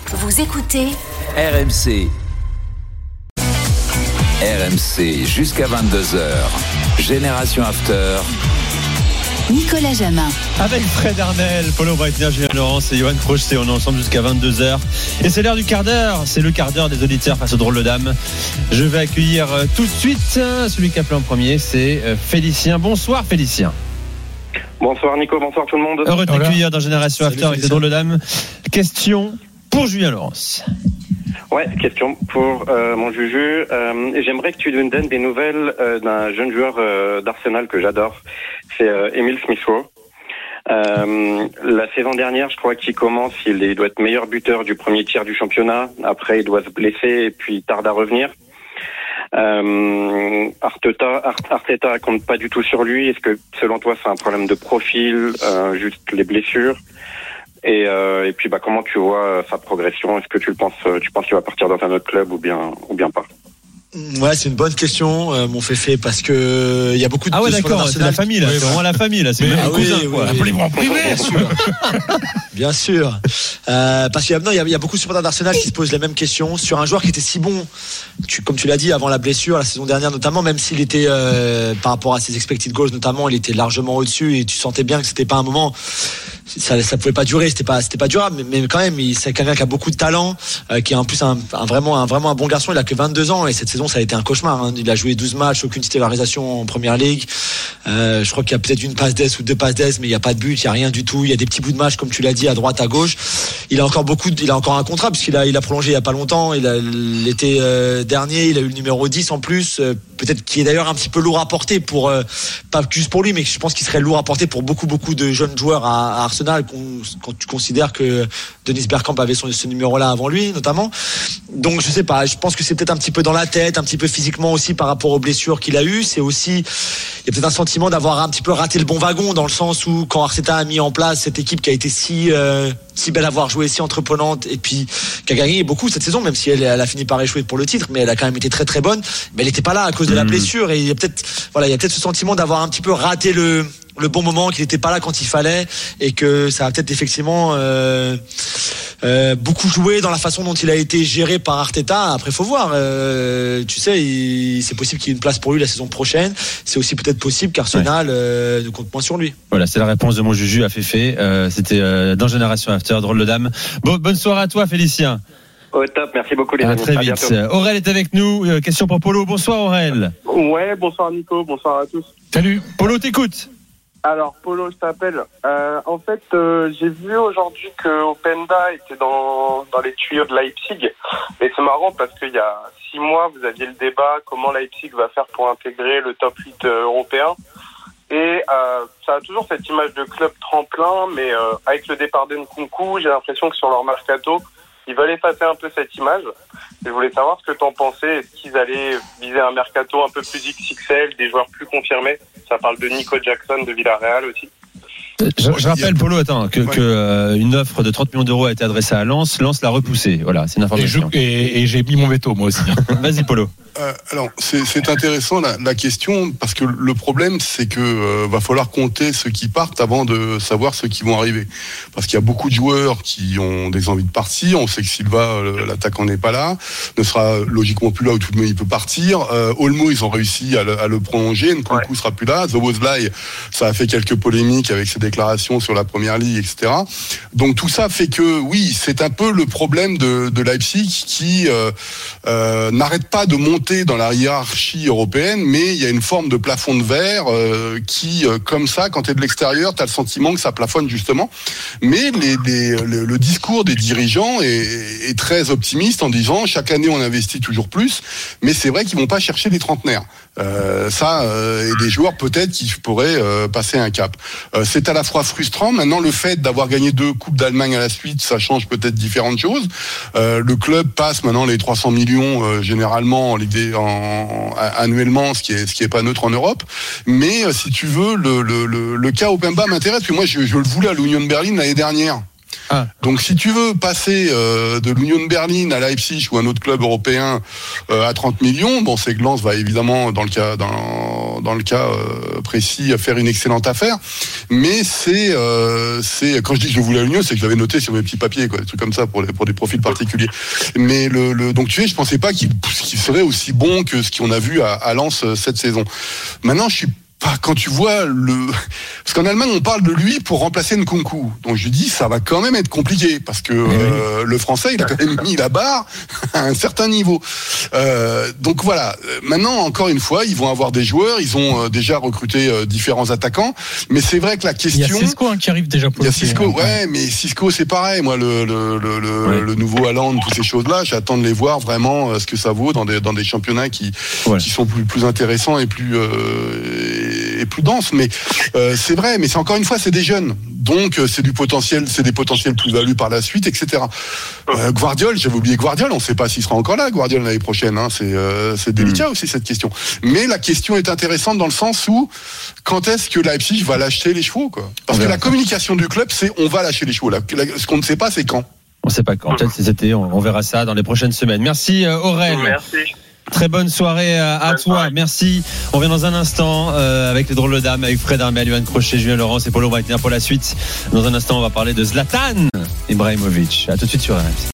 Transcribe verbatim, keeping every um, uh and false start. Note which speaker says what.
Speaker 1: Vous écoutez
Speaker 2: R M C. R M C jusqu'à vingt-deux heures. Génération After.
Speaker 1: Nicolas Jamin.
Speaker 3: Avec Fred Armel, Polo Breitner, Julien Laurence et Johan Projeté, on est ensemble jusqu'à vingt-deux heures. Et c'est l'heure du quart d'heure, c'est le quart d'heure des auditeurs face aux drôles de dames. Je vais accueillir tout de suite celui qui a appelé en premier, c'est Félicien. Bonsoir Félicien.
Speaker 4: Bonsoir Nico, bonsoir tout le monde.
Speaker 3: Heureux de t'accueillir dans Génération
Speaker 5: Salut,
Speaker 3: After avec les drôles de dames. Question pour Julien Laurence.
Speaker 4: Ouais, question pour euh, mon Juju. Euh, j'aimerais que tu nous donnes des nouvelles euh, d'un jeune joueur euh, d'Arsenal que j'adore. C'est euh, Emile Smith-Rowe. Euh, la saison dernière, je crois qu'il commence, il, il doit être meilleur buteur du premier tiers du championnat. Après, il doit se blesser et puis il tarde à revenir. Euh, Arteta, Art, Arteta compte pas du tout sur lui. Est-ce que, selon toi, c'est un problème de profil, euh, juste les blessures? Et, euh, et puis, bah, comment tu vois sa progression? Est-ce que tu le penses, tu penses qu'il va partir dans un autre club ou bien, ou bien pas?
Speaker 5: Ouais, c'est une bonne question, euh, mon Féfé, parce que il y a beaucoup de
Speaker 3: ah ouais d'accord, c'est la famille là,
Speaker 5: oui,
Speaker 3: c'est vraiment la famille là, c'est
Speaker 5: mais,
Speaker 3: même
Speaker 5: ah,
Speaker 3: cousin
Speaker 5: oui,
Speaker 3: quoi.
Speaker 5: Oui,
Speaker 3: Appelez-moi en privé.
Speaker 5: Bien sûr, bien sûr. Euh, parce qu'il y a, non, il y a, il y a beaucoup de supporters d'Arsenal qui se posent les mêmes questions sur un joueur qui était si bon, tu, comme tu l'as dit avant la blessure, la saison dernière notamment, même s'il était euh, par rapport à ses expected goals notamment, il était largement au-dessus et tu sentais bien que c'était pas un moment. Ça, ça pouvait pas durer, c'était pas, c'était pas durable, mais, mais quand même, il, c'est quelqu'un qui a beaucoup de talent, euh, qui est en plus un, un vraiment, un vraiment un bon garçon. Il a que vingt-deux ans et cette saison, ça a été un cauchemar. Hein. Il a joué douze matchs, aucune titularisation en première ligue. Euh, je crois qu'il y a peut-être une passe d'ess ou deux passes d'ess, mais il y a pas de but, il y a rien du tout. Il y a des petits bouts de match, comme tu l'as dit, à droite, à gauche. Il a encore beaucoup, de, il a encore un contrat puisqu'il a, il a prolongé il y a pas longtemps. Il a l'été euh, dernier, il a eu le numéro dix en plus. Euh, peut-être qui est d'ailleurs un petit peu lourd à porter pour, euh, pas juste pour lui, mais je pense qu'il serait lourd à porter pour beaucoup, beaucoup de jeunes joueurs à, à Arsenal. Quand tu considères que Dennis Bergkamp avait son, ce numéro-là avant lui, notamment. Donc, je sais pas, je pense que c'est peut-être un petit peu dans la tête, un petit peu physiquement aussi par rapport aux blessures qu'il a eues. C'est aussi, il y a peut-être un sentiment d'avoir un petit peu raté le bon wagon dans le sens où quand Arteta a mis en place cette équipe qui a été si, euh, si belle à voir jouer, si entreprenante et puis qui a gagné beaucoup cette saison, même si elle, elle a fini par échouer pour le titre, mais elle a quand même été très très bonne. Mais elle n'était pas là à cause de la blessure et il y a peut-être, voilà, il y a peut-être ce sentiment d'avoir un petit peu raté le, le bon moment, qu'il n'était pas là quand il fallait et que ça a peut-être effectivement euh, euh, beaucoup joué dans la façon dont il a été géré par Arteta. Après, faut voir. Euh, tu sais, il, c'est possible qu'il y ait une place pour lui la saison prochaine. C'est aussi peut-être possible qu'Arsenal ouais. euh, ne compte moins sur lui.
Speaker 3: Voilà, c'est la réponse de mon Juju à Féfé. Euh, c'était euh, dans Génération After, drôle de dame. Bon, bonne soirée à toi, Félicien.
Speaker 4: Au top, merci beaucoup les
Speaker 3: à
Speaker 4: amis.
Speaker 3: Très
Speaker 4: à
Speaker 3: vite.
Speaker 4: bientôt.
Speaker 3: Aurel est avec nous. Euh, question pour Polo. Bonsoir Aurel.
Speaker 6: Ouais, bonsoir Nico, bonsoir à tous.
Speaker 3: Salut. Polo, t'écoute.
Speaker 6: Alors Polo, je t'appelle. Euh, en fait, euh, j'ai vu aujourd'hui que Openda était dans dans les tuyaux de Leipzig. Mais c'est marrant parce qu'il y a six mois, vous aviez le débat comment Leipzig va faire pour intégrer le top huit euh, européen. Et euh, ça a toujours cette image de club tremplin, mais euh, avec le départ d'Nkunku, j'ai l'impression que sur leur mercato, ils veulent effacer un peu cette image. Et je voulais savoir ce que t'en pensais. Est-ce qu'ils allaient viser un mercato un peu plus X X L, des joueurs plus confirmés? Ça parle de Nico Jackson de Villarreal aussi.
Speaker 3: Je, je rappelle, Polo, attends, que, ouais. que euh, une offre de trente millions d'euros a été adressée à Lens. Lens l'a repoussée. Voilà, c'est une information.
Speaker 7: Et, je, et, et j'ai mis mon veto, moi aussi.
Speaker 3: Vas-y, Polo.
Speaker 8: Euh, alors, c'est, c'est intéressant la, la question parce que le problème, c'est que euh, va falloir compter ceux qui partent avant de savoir ceux qui vont arriver. Parce qu'il y a beaucoup de joueurs qui ont des envies de partir. On sait que Silva, l'attaquant, n'est pas là, ne sera logiquement plus là où tout le monde il peut partir. Euh, Olmo, ils ont réussi à le, à le prolonger. Nkunku ouais. sera plus là. Szoboszlai, ça a fait quelques polémiques avec ses déclarations sur la première ligue, et cetera. Donc tout ça fait que oui, c'est un peu le problème de, de Leipzig qui euh, euh, n'arrête pas de monter dans la hiérarchie européenne, mais il y a une forme de plafond de verre euh, qui, euh, comme ça, quand tu es de l'extérieur, tu as le sentiment que ça plafonne justement. Mais les, les, le, le discours des dirigeants est, est très optimiste en disant chaque année on investit toujours plus, mais c'est vrai qu'ils vont pas chercher les trentenaires. Euh, ça, euh, et des joueurs peut-être qui pourraient euh, passer un cap. Euh, c'est à la fois frustrant. Maintenant, le fait d'avoir gagné deux coupes d'Allemagne à la suite, ça change peut-être différentes choses. Euh, le club passe maintenant les trois cents millions euh, généralement en Ligue En, en, annuellement, ce qui est ce qui est pas neutre en Europe. Mais euh, si tu veux, le le le, le cas Openda m'intéresse. Puis moi, je, je le voulais à l'Union de Berlin l'année dernière.
Speaker 3: Ah.
Speaker 8: Donc si tu veux passer euh, de l'Union Berlin à Leipzig ou un autre club européen euh, à trente millions, bon, c'est que Lens va évidemment dans le cas dans, dans le cas euh, précis faire une excellente affaire, mais c'est euh, c'est quand je dis que je voulais à l'Union, c'est que je l'avais noté sur mes petits papiers, quoi, des trucs comme ça pour les, pour des profils particuliers. Mais le, le donc tu sais, je pensais pas qu'il, qu'il serait aussi bon que ce qu'on a vu à, à Lens cette saison. Maintenant, je suis pas, quand tu vois le, parce qu'en Allemagne on parle de lui pour remplacer Nkunku, donc je dis ça va quand même être compliqué parce que euh, le Français il a quand même mis la barre à un certain niveau. Euh, donc voilà. Maintenant encore une fois, ils vont avoir des joueurs, ils ont euh, déjà recruté euh, différents attaquants, mais c'est vrai que la question.
Speaker 7: Il y a Cisco hein, qui arrive déjà pour.
Speaker 8: Il y a Cisco, ouais, mais Cisco c'est pareil. Moi le le le le, ouais. le nouveau Haaland, toutes ces choses-là, j'attends de les voir vraiment euh, ce que ça vaut dans des dans des championnats qui ouais. qui sont plus plus intéressants et plus euh, et plus dense, mais euh, c'est vrai, mais c'est encore une fois, c'est des jeunes, donc euh, c'est du potentiel, c'est des potentiels plus-values par la suite, et cetera. Euh, Guardiola, j'avais oublié Guardiola, on ne sait pas s'il sera encore là, Guardiola l'année prochaine, hein, c'est euh, c'est délicat mmh. aussi cette question. Mais la question est intéressante dans le sens où quand est-ce que Leipzig va lâcher les chevaux, quoi ? Parce que la communication du club, c'est on va lâcher les chevaux. La, la, ce qu'on ne sait pas, c'est quand.
Speaker 3: On ne sait pas quand. Peut-être cet été, on, on verra ça dans les prochaines semaines. Merci euh, Aurel.
Speaker 6: Merci.
Speaker 3: Très bonne soirée à, à toi, soirée. Merci. On revient dans un instant euh, avec les drôles de dames, avec Fred Armel, Yoann Crochet, Julien Laurence et Paulo Breitner pour la suite. Dans un instant, on va parler de Zlatan Ibrahimovic. À tout de suite sur R M C.